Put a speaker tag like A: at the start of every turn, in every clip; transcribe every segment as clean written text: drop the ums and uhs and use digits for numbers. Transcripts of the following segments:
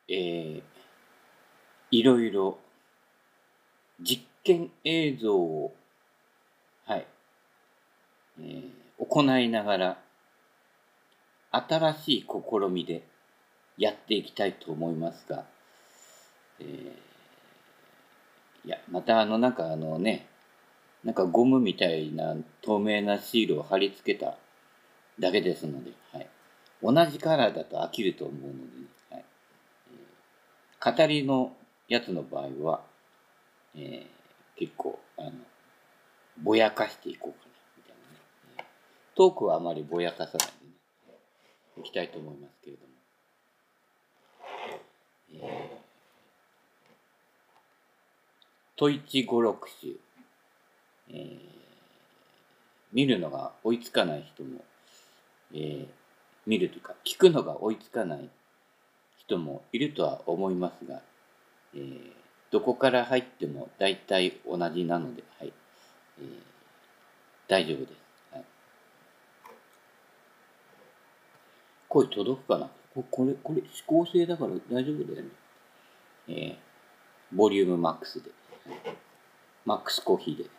A: えーいろいろ実験映像を、はい、行いながら、新しい試みでやっていきたいと思いますが、えーいや、またなんかゴムみたいな透明なシールを貼り付けただけですので、はい。同じカラーだと飽きると思うので、ね、はい。語りのやつの場合は、結構、ぼやかしていこうかな、みたいなね。トークはあまりぼやかさないでね、いきたいと思いますけれども。トイチ語録集、えー見るのが追いつかない人も、見るというか、聞くのが追いつかない人もいるとは思いますが、どこから入っても大体同じなので、はい、大丈夫です。はい、声届くかな。これ、指向性だから大丈夫だよね。ボリュームマックスで。マックスコーヒーで。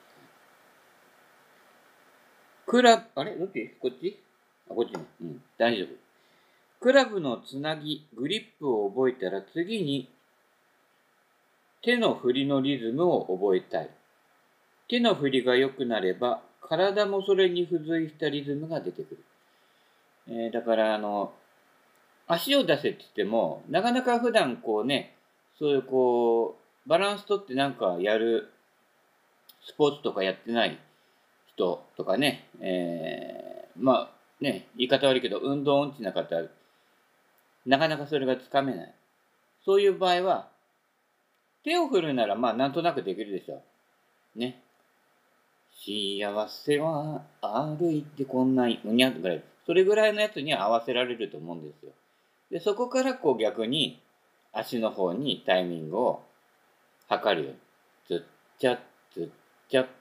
A: あれどっちこっちこっちね。うん、大丈夫。クラブのつなぎ、グリップを覚えたら次に手の振りのリズムを覚えたい。手の振りが良くなれば、体もそれに付随したリズムが出てくる。だから、足を出せって言っても、なかなか普段こうね、そういうバランス取ってなんかやる、スポーツとかやってない人とかね、まあね、言い方悪いけど、運動音痴な方、なかなかそれがつかめない。そういう場合は、手を振るならまあなんとなくできるでしょう。ね。幸せは歩いてこんないうにゃぐらい、それぐらいのやつには合わせられると思うんですよ。で、そこから逆に足の方にタイミングを測るように。つっちゃ、つっちゃ、んって。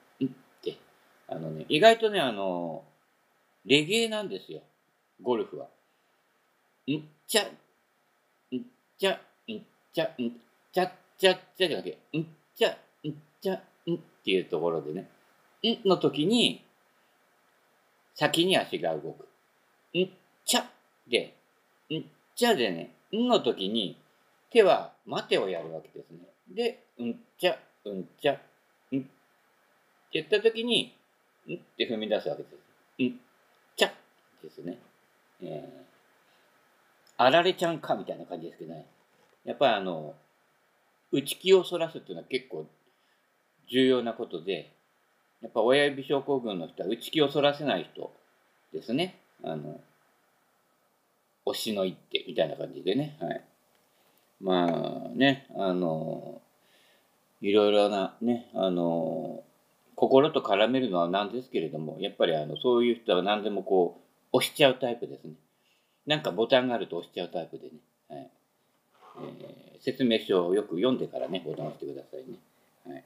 A: 意外とね、レゲエなんですよ。ゴルフは。んちゃ、んちゃ、んちゃ、んちゃっちゃっちゃじゃなくて、んちゃ、んちゃ、んっていうところでね。んの時に、先に足が動く。んちゃで、んちゃでね、んの時に手は待てをやるわけですね。で、うんちゃ、うんちゃ、んって言った時に、んって踏み出すわけです。んちゃですね。あられちゃんかみたいな感じですけどね。やっぱり打ち気をそらすっていうのは結構重要なことで、やっぱ親指症候群の人は打ち気をそらせない人ですね。推しの一手みたいな感じでね。はい。まあね、いろいろなね、心と絡めるのはなんですけれども、やっぱりそういう人は何でも押しちゃうタイプですね。なんかボタンがあると押しちゃうタイプでね。はい。説明書をよく読んでからね、ボタンを押してくださいね。はい。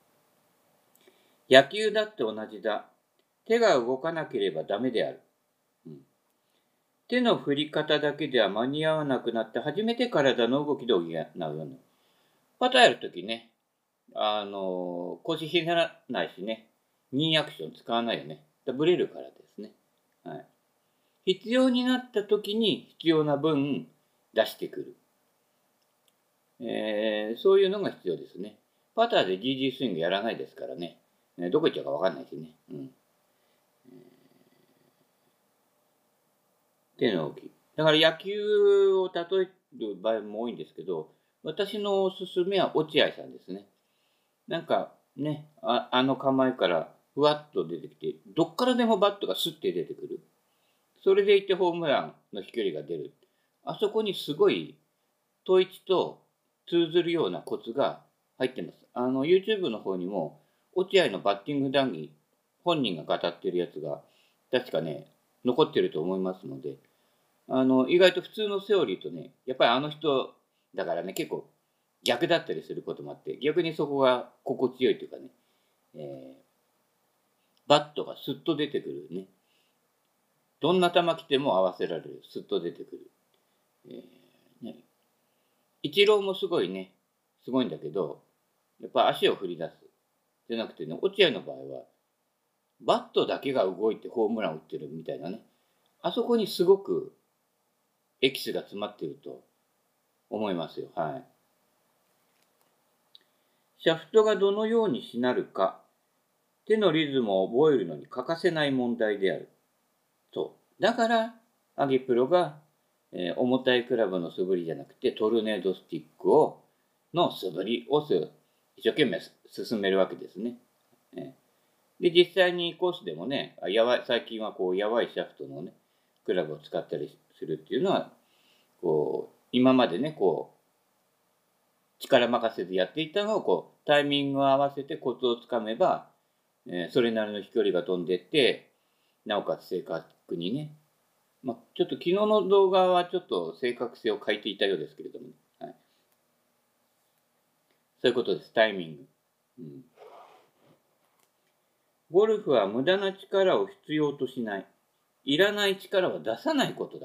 A: 野球だって同じだ。手が動かなければダメである。うん、手の振り方だけでは間に合わなくなって初めて体の動きで補うように。パターやるときね、腰ひねらないしね、ニーアクション使わないよね。ブレるからですね。はい。必要になったときに必要な分出してくる。そういうのが必要ですね。パターで GG スイングやらないですからね。どこ行っちゃうかわかんないしね。うん。手の動き。だから野球を例える場合も多いんですけど、私のおすすめは落合さんですね。なんかね、あの構えからふわっと出てきて、どっからでもバットがスッて出てくる。それでいてホームランの飛距離が出る。あそこにすごい統一と通ずるようなコツが入ってます。YouTube の方にも、落合のバッティング談義、本人が語ってるやつが、確かね、残ってると思いますので、意外と普通のセオリーとね、やっぱりあの人だからね、結構逆だったりすることもあって、逆にそこが心地よいというかね、バットがスッと出てくるね。どんな球来ても合わせられる。スッと出てくる。ね、 イチローもすごいね、すごいんだけど、やっぱ足を振り出す。じゃなくてね、落合の場合は、バットだけが動いてホームランを打ってるみたいなね。あそこにすごくエキスが詰まっていると思いますよ。はい。シャフトがどのようにしなるか、手のリズムを覚えるのに欠かせない問題である。そう。だから、アゲプロが、重たいクラブの素振りじゃなくて、トルネードスティックの素振りを一生懸命進めるわけですね。で、実際にコースでもね、最近はこう、やばいシャフトのね、クラブを使ったりするっていうのは、こう、今までね、こう、力任せでやっていたのを、こう、タイミングを合わせてコツをつかめば、それなりの飛距離が飛んでって、なおかつ正確にね、ちょっと昨日の動画はちょっと正確性を欠いていたようですけれども、ね、はい、そういうことです、タイミング。ゴルフは無駄な力を必要としない。いらない力は出さないことだ。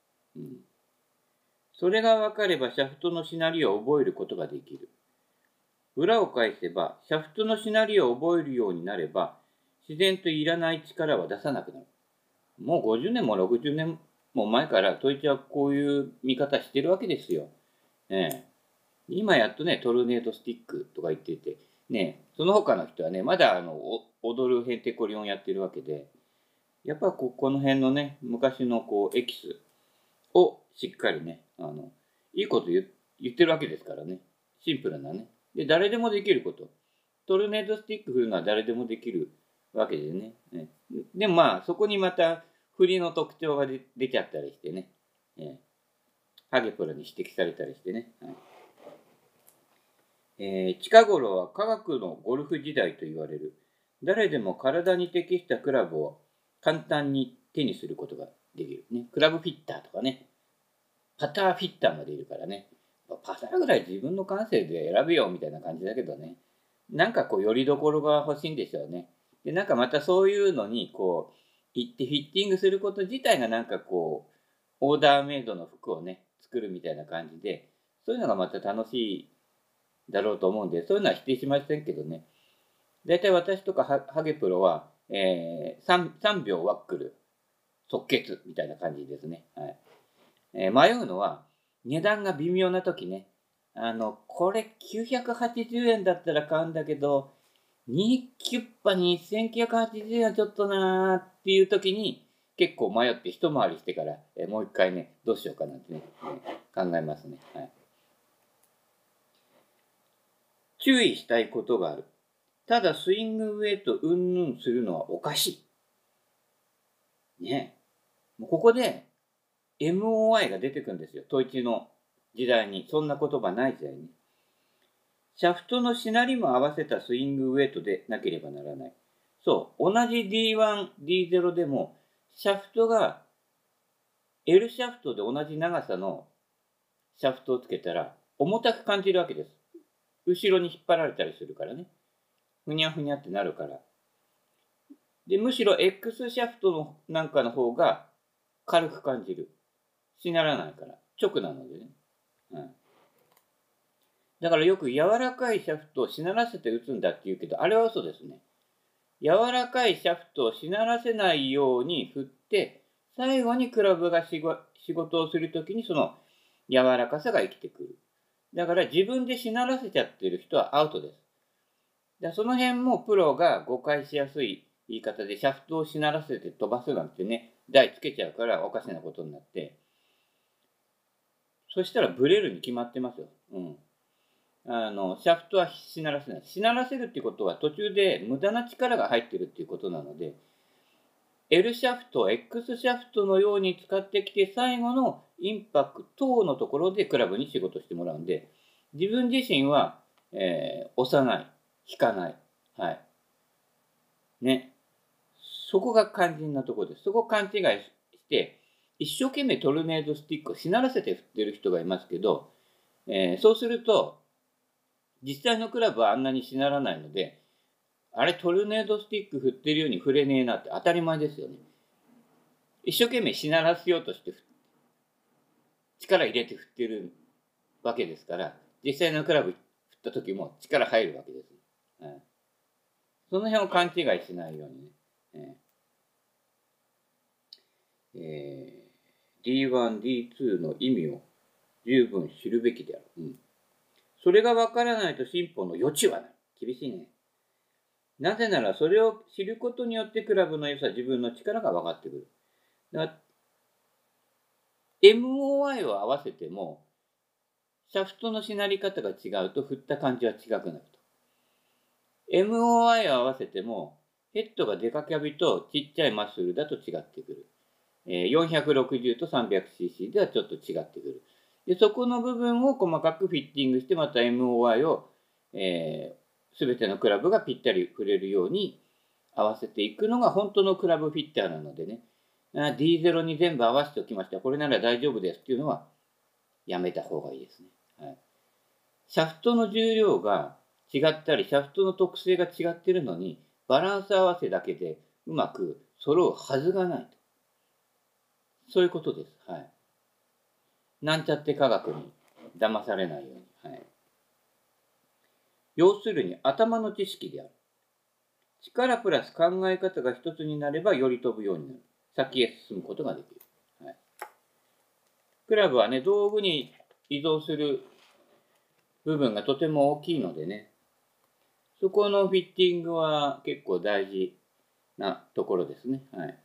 A: それが分かればシャフトのシナリオを覚えることができる。裏を返せば、シャフトのシナリオを覚えるようになれば、自然といらない力は出さなくなる。もう50年も60年も前からトイチはこういう見方してるわけですよ。今やっとね、トルネードスティックとか言ってて、ね、その他の人はね、まだ踊るヘンテコリオンやってるわけで、やっぱこの辺のね、昔のこうエキスをしっかりね、いいこと言ってるわけですからね。シンプルなね。で、誰でもできること。トルネードスティック振るのは誰でもできるわけでね。でもまあ、そこにまた振りの特徴が出ちゃったりしてね。ハゲプロに指摘されたりしてね。近頃は科学のゴルフ時代と言われる。誰でも体に適したクラブを簡単に手にすることができる。ね、クラブフィッターとかね。パターフィッターまでいるからね。パターぐらい自分の感性で選べよみたいな感じだけどね。なんかこう、よりどころが欲しいんでしょうね。で、なんかまたそういうのに、こう、行ってフィッティングすること自体がなんかこう、オーダーメイドの服をね、作るみたいな感じで、そういうのがまた楽しいだろうと思うんで、そういうのは否定しませんけどね。だいたい私とかハゲプロは、3秒ワックル、即決みたいな感じですね。はい。迷うのは、値段が微妙な時ね。これ980円だったら買うんだけど、2キュッパに1980円はちょっとなーっていう時に、結構迷って一回りしてから、もう一回ね、どうしようかなってね、考えますね。はい。注意したいことがある。ただスイングウェイトうんぬんするのはおかしい。ね。もうここで MOI が出てくるんですよ。統一の時代に。そんな言葉ない時代に。シャフトのしなりも合わせたスイングウェイトでなければならない。そう。同じ D1、D0 でも、シャフトが L シャフトで同じ長さのシャフトをつけたら、重たく感じるわけです。後ろに引っ張られたりするからね。ふにゃふにゃってなるから。で、むしろ X シャフトのなんかの方が軽く感じる。しならないから。直なのでね。だからよく柔らかいシャフトをしならせて打つんだって言うけど、あれは嘘ですね。柔らかいシャフトをしならせないように振って、最後にクラブが仕事をするときにその柔らかさが生きてくる。だから自分でしならせちゃってる人はアウトです。その辺もプロが誤解しやすい言い方でシャフトをしならせて飛ばすなんてね、台つけちゃうからおかしなことになって、そしたらブレるに決まってますよ。シャフトはしならせない。しならせるっていうことは途中で無駄な力が入ってるっていうことなので、L シャフト、X シャフトのように使ってきて、最後のインパクトのところでクラブに仕事してもらうんで、自分自身は、押さない、引かない。はい。ね。そこが肝心なところです。そこを勘違いして、一生懸命トルネードスティックをしならせて振ってる人がいますけど、そうすると、実際のクラブはあんなにしならないので、あれトルネードスティック振ってるように振れねえなって当たり前ですよね。一生懸命しならせようとして力入れて振ってるわけですから、実際のクラブ振った時も力入るわけです。その辺を勘違いしないようにね。D1、D2 の意味を十分知るべきである。それが分からないと進歩の余地はない。厳しいね。なぜならそれを知ることによってクラブの良さ、自分の力が分かってくる。だから MOI を合わせても、シャフトのしなり方が違うと振った感じは違くなると。MOI を合わせても、ヘッドがデカキャビとちっちゃいマッスルだと違ってくる。460と 300cc ではちょっと違ってくる。で、そこの部分を細かくフィッティングして、また MOI を、すべてのクラブがぴったり振れるように合わせていくのが本当のクラブフィッターなのでね、D0 に全部合わせておきました。これなら大丈夫ですっていうのはやめた方がいいですね。シャフトの重量が違ったり、シャフトの特性が違っているのに、バランス合わせだけでうまく揃うはずがないと。そういうことです。なんちゃって科学に騙されないように。要するに頭の知識である。力プラス考え方が一つになればより飛ぶようになる。先へ進むことができる。クラブはね、道具に依存する部分がとても大きいのでね、そこのフィッティングは結構大事なところですね。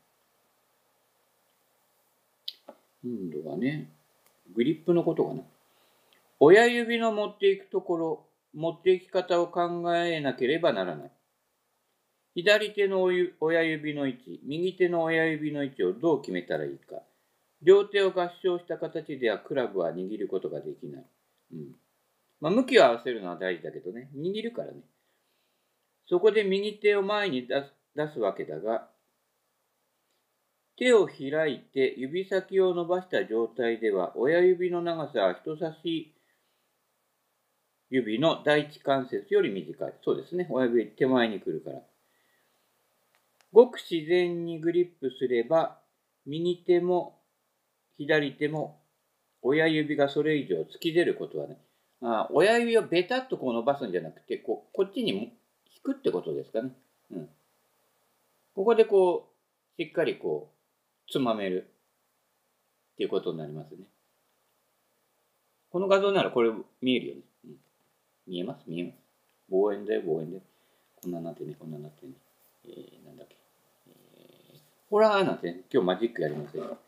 A: 今度はね、グリップのことかな。親指の持っていくところ、持っていき方を考えなければならない。左手の親指の位置、右手の親指の位置をどう決めたらいいか。両手を合掌した形ではクラブは握ることができない。向きを合わせるのは大事だけどね、握るからね。そこで右手を前に出すわけだが、手を開いて指先を伸ばした状態では、親指の長さは人差し指の第一関節より短い。そうですね。親指手前に来るから。ごく自然にグリップすれば、右手も左手も親指がそれ以上突き出ることはね、親指をベタっとこう伸ばすんじゃなくて、こっちに引くってことですかね。ここでこう、しっかりこう、つまめるっていうことになりますね。この画像ならこれ見えるよね。見えます。望遠で。こんななってね。なんだっけ。ほらーなんてね、今日マジックやりますよ。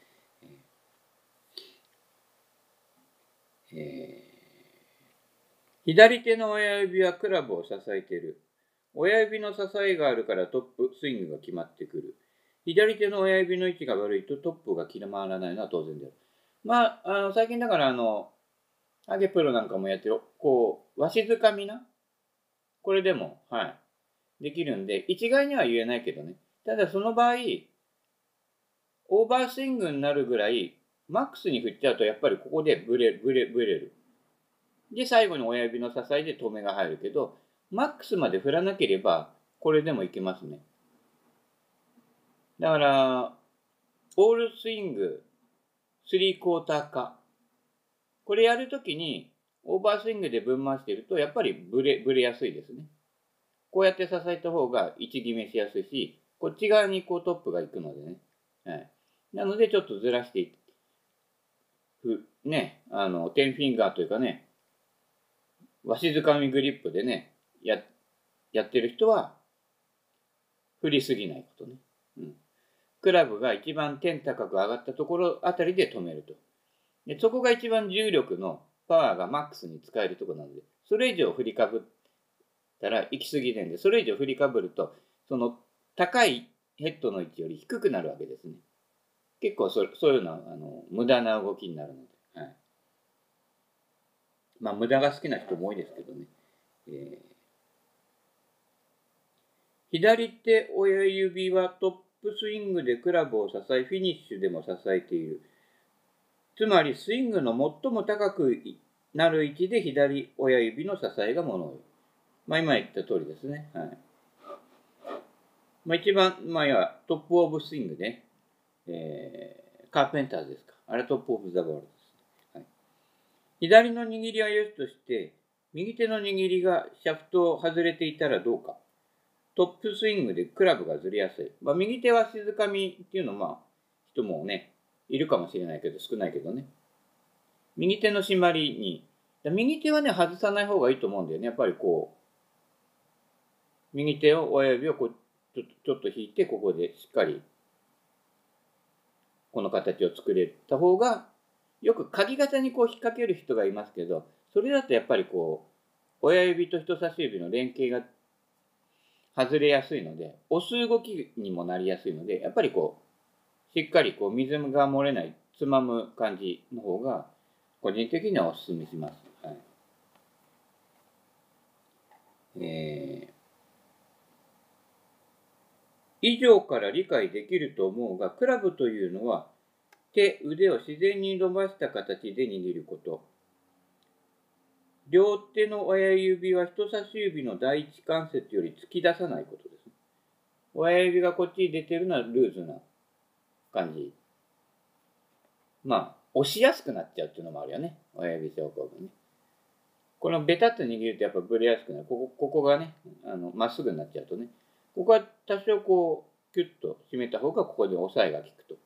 A: 左手の親指はクラブを支えている。親指の支えがあるからトップスイングが決まってくる。左手の親指の位置が悪いとトップが決まらないのは当然である。最近だからハゲプロなんかもやってる、こう、わしづかみな。これでも、できるんで、一概には言えないけどね。ただその場合、オーバースイングになるぐらい、マックスに振っちゃうと、やっぱりここでブレる。で、最後に親指の支えで止めが入るけど、マックスまで振らなければ、これでもいけますね。だから、オールスイング、3クォーター化。これやるときに、オーバースイングで分回していると、やっぱりブレやすいですね。こうやって支えた方が位置決めしやすいし、こっち側にこうトップが行くのでね。なので、ちょっとずらしていく。ね、10フィンガーというかね、わしづかみグリップでね、やってる人は、振りすぎないことね。クラブが一番点高く上がったところあたりで止めると。でそこが一番重力のパワーがマックスに使えるところなので、それ以上振りかぶったら行き過ぎるんで、それ以上振りかぶると、その高いヘッドの位置より低くなるわけですね。結構そういうのは無駄な動きになるので。無駄が好きな人も多いですけどね。左手親指はトップスイングでクラブを支え、フィニッシュでも支えている。つまり、スイングの最も高くなる位置で左親指の支えがものを言う。今言った通りですね。一番、トップオブスイングね。カーペンターズですか。あれトップオブザボールです。 左の握りは良しとして、右手の握りがシャフトを外れていたらどうか。トップスイングでクラブがずれやすい。右手は静かみっていうのは、人もね、いるかもしれないけど、少ないけどね。右手の締まりに、右手はね、外さない方がいいと思うんだよね。やっぱりこう、右手を、親指をこうちょっと引いて、ここでしっかり、この形を作れた方が、よく鍵型にこう引っ掛ける人がいますけど、それだとやっぱりこう、親指と人差し指の連携が外れやすいので、押す動きにもなりやすいので、やっぱりこう、しっかりこう、水が漏れない、つまむ感じの方が、個人的にはお勧めします。はい。以上から理解できると思うが、クラブというのは、手、腕を自然に伸ばした形で握ること。両手の親指は人差し指の第一関節より突き出さないことです。親指がこっちに出てるのはルーズな感じ。押しやすくなっちゃうっていうのもあるよね。親指症候群ね。このベタっと握るとやっぱブレやすくなる。ここがね、まっすぐになっちゃうとね。ここは多少こう、キュッと締めた方がここで押さえが効くと。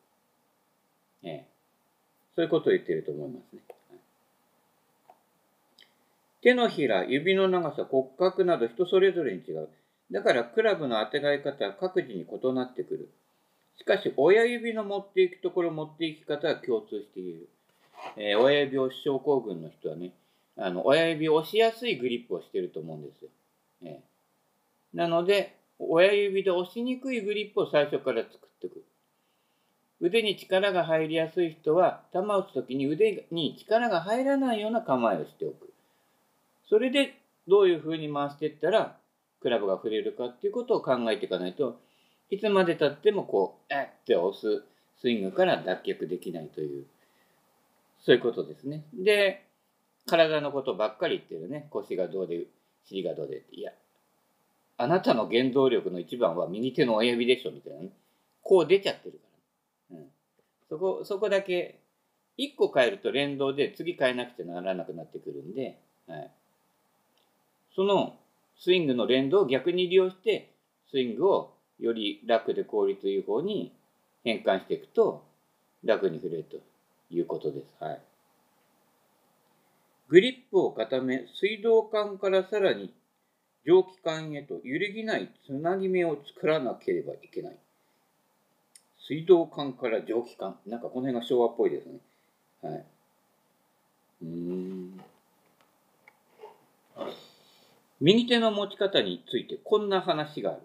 A: そういうことを言っていると思いますね。手のひら、指の長さ、骨格など人それぞれに違う。だからクラブのあてがい方は各自に異なってくる。しかし、親指の持っていくところ、持っていき方は共通している。親指押し症候群の人はね、親指を押しやすいグリップをしていると思うんですよ。なので、親指で押しにくいグリップを最初から作っていく。腕に力が入りやすい人は、球を打つときに腕に力が入らないような構えをしておく。それで、どういう風に回していったら、クラブが振れるかっていうことを考えていかないと、いつまで経ってもこう、って押すスイングから脱却できないという、そういうことですね。で、体のことばっかり言ってるね。腰がどうで、尻がどうで。いや、あなたの原動力の一番は右手の親指でしょ、みたいなね。こう出ちゃってるから。そこだけ、1個変えると連動で次変えなくちゃならなくなってくるんで、そのスイングの連動を逆に利用して、スイングをより楽で効率いい方に変換していくと、楽に振れるということです。グリップを固め、水道管からさらに蒸気管へと揺るぎないつなぎ目を作らなければいけない。水道管から蒸気管。なんかこの辺が昭和っぽいですね。右手の持ち方についてこんな話がある。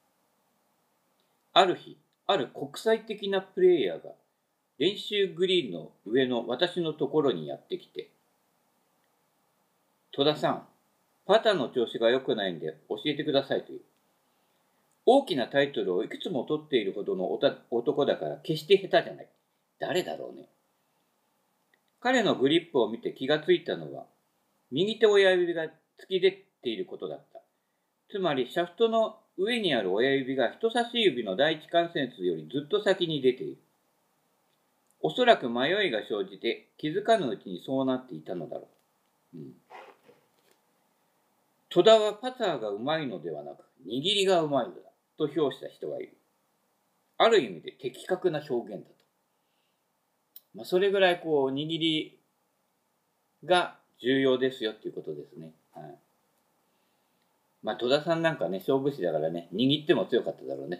A: ある日、ある国際的なプレイヤーが練習グリーンの上の私のところにやってきて、戸田さん、パターの調子が良くないんで教えてくださいという。大きなタイトルをいくつも取っているほどの男だから決して下手じゃない。誰だろうね。彼のグリップを見て気がついたのは、右手親指が突き出ていることだった。つまり、シャフトの上にある親指が人差し指の第一関節よりずっと先に出ている。おそらく迷いが生じて気づかぬうちにそうなっていたのだろう。戸田はパターがうまいのではなく、握りがうまいのだと評した人がいる。ある意味で的確な表現だと。それぐらい握りが重要ですよっていうことですね。戸田さんなんかね、勝負師だからね、握っても強かっただろうね。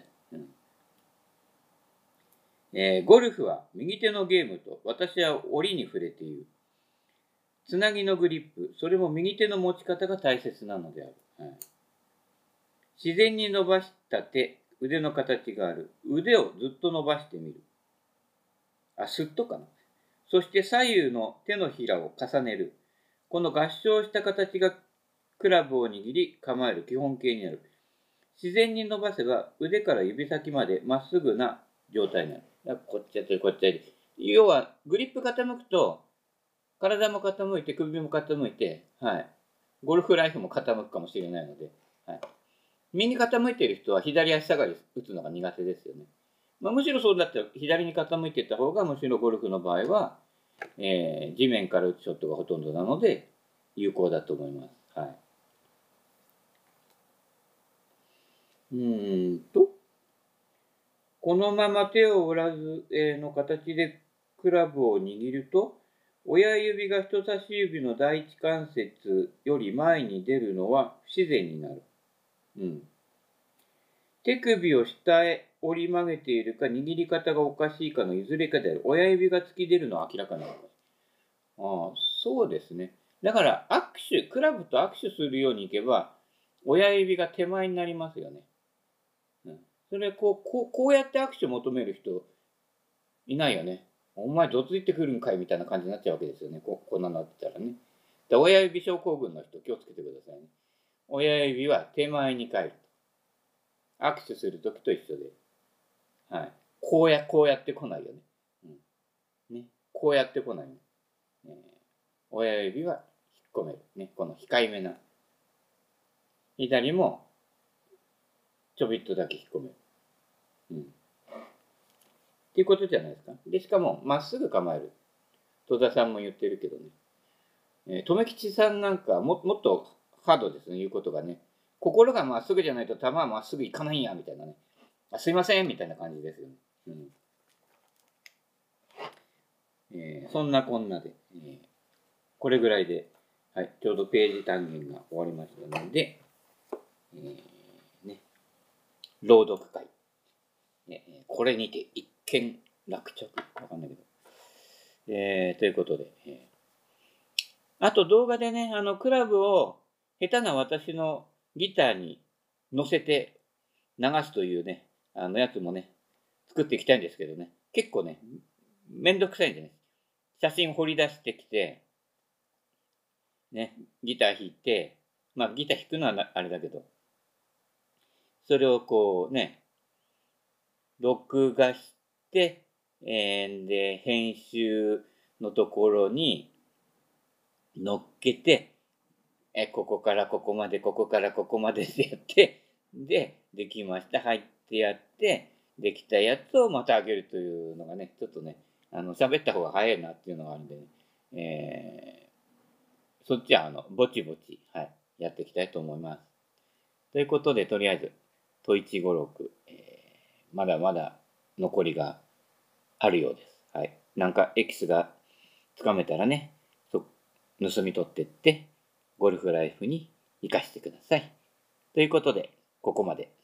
A: ゴルフは右手のゲームと私は折に触れている。つなぎのグリップ、それも右手の持ち方が大切なのである。自然に伸ばした手、腕の形がある。腕をずっと伸ばしてみる。すっとかな。そして左右の手のひらを重ねる。この合掌した形がクラブを握り構える基本形になる。自然に伸ばせば腕から指先までまっすぐな状態になる。こっちやってこっちやって。要はグリップ傾くと体も傾いて首も傾いて、ゴルフライフも傾くかもしれないので、右に傾いている人は左足下がり打つのが苦手ですよね。むしろそうだったら左に傾いていった方がむしろゴルフの場合は地面から打つショットがほとんどなので、有効だと思います。はい。このまま手を折らず、の形でクラブを握ると、親指が人差し指の第一関節より前に出るのは不自然になる。手首を下へ折り曲げているか、握り方がおかしいかのいずれかである。親指が突き出るのは明らかになります。そうですね。だからクラブと握手するようにいけば、親指が手前になりますよね。それこうやって握手を求める人いないよね。お前どついてくるんかいみたいな感じになっちゃうわけですよね。こんなのなってたらね。で、親指症候群の人気をつけてくださいね。親指は手前に返る。握手するときと一緒で。はい。こうやってこないよね。こうやってこないね。親指は引っ込める。ね。この控えめな。左もちょびっとだけ引っ込める。っていうことじゃないですか。で、しかも、まっすぐ構える。戸田さんも言ってるけどね。留吉さんなんかもっとハードですね、言うことがね。心がまっすぐじゃないと球はまっすぐいかないんや、みたいなね。すいません、みたいな感じですよね。そんなこんなで、これぐらいで、はい、ちょうどページ単元が終わりましたので、朗読会。これにて一件落着。わかんないけど。ということで、あと動画でね、クラブを下手な私のギターに乗せて流すというね、やつもね、作っていきたいんですけどね、結構ね、めんどくさいんでね、写真掘り出してきて、ね、ギター弾いて、まあギター弾くのはあれだけど、それをこうね、録画して、で、編集のところに乗っけて、ここからここまで、ここからここまででやって、で、できました。入ってやって、できたやつをまた上げるというのがね、ちょっとね、喋った方が早いなっていうのがあるんでね、そっちはぼちぼち、はい、やっていきたいと思います。ということで、とりあえず、トイチ語録、まだまだ残りがあるようです。はい。なんかエキスがつかめたらね、盗み取ってって、ゴルフライフに生かしてください。ということで、ここまで。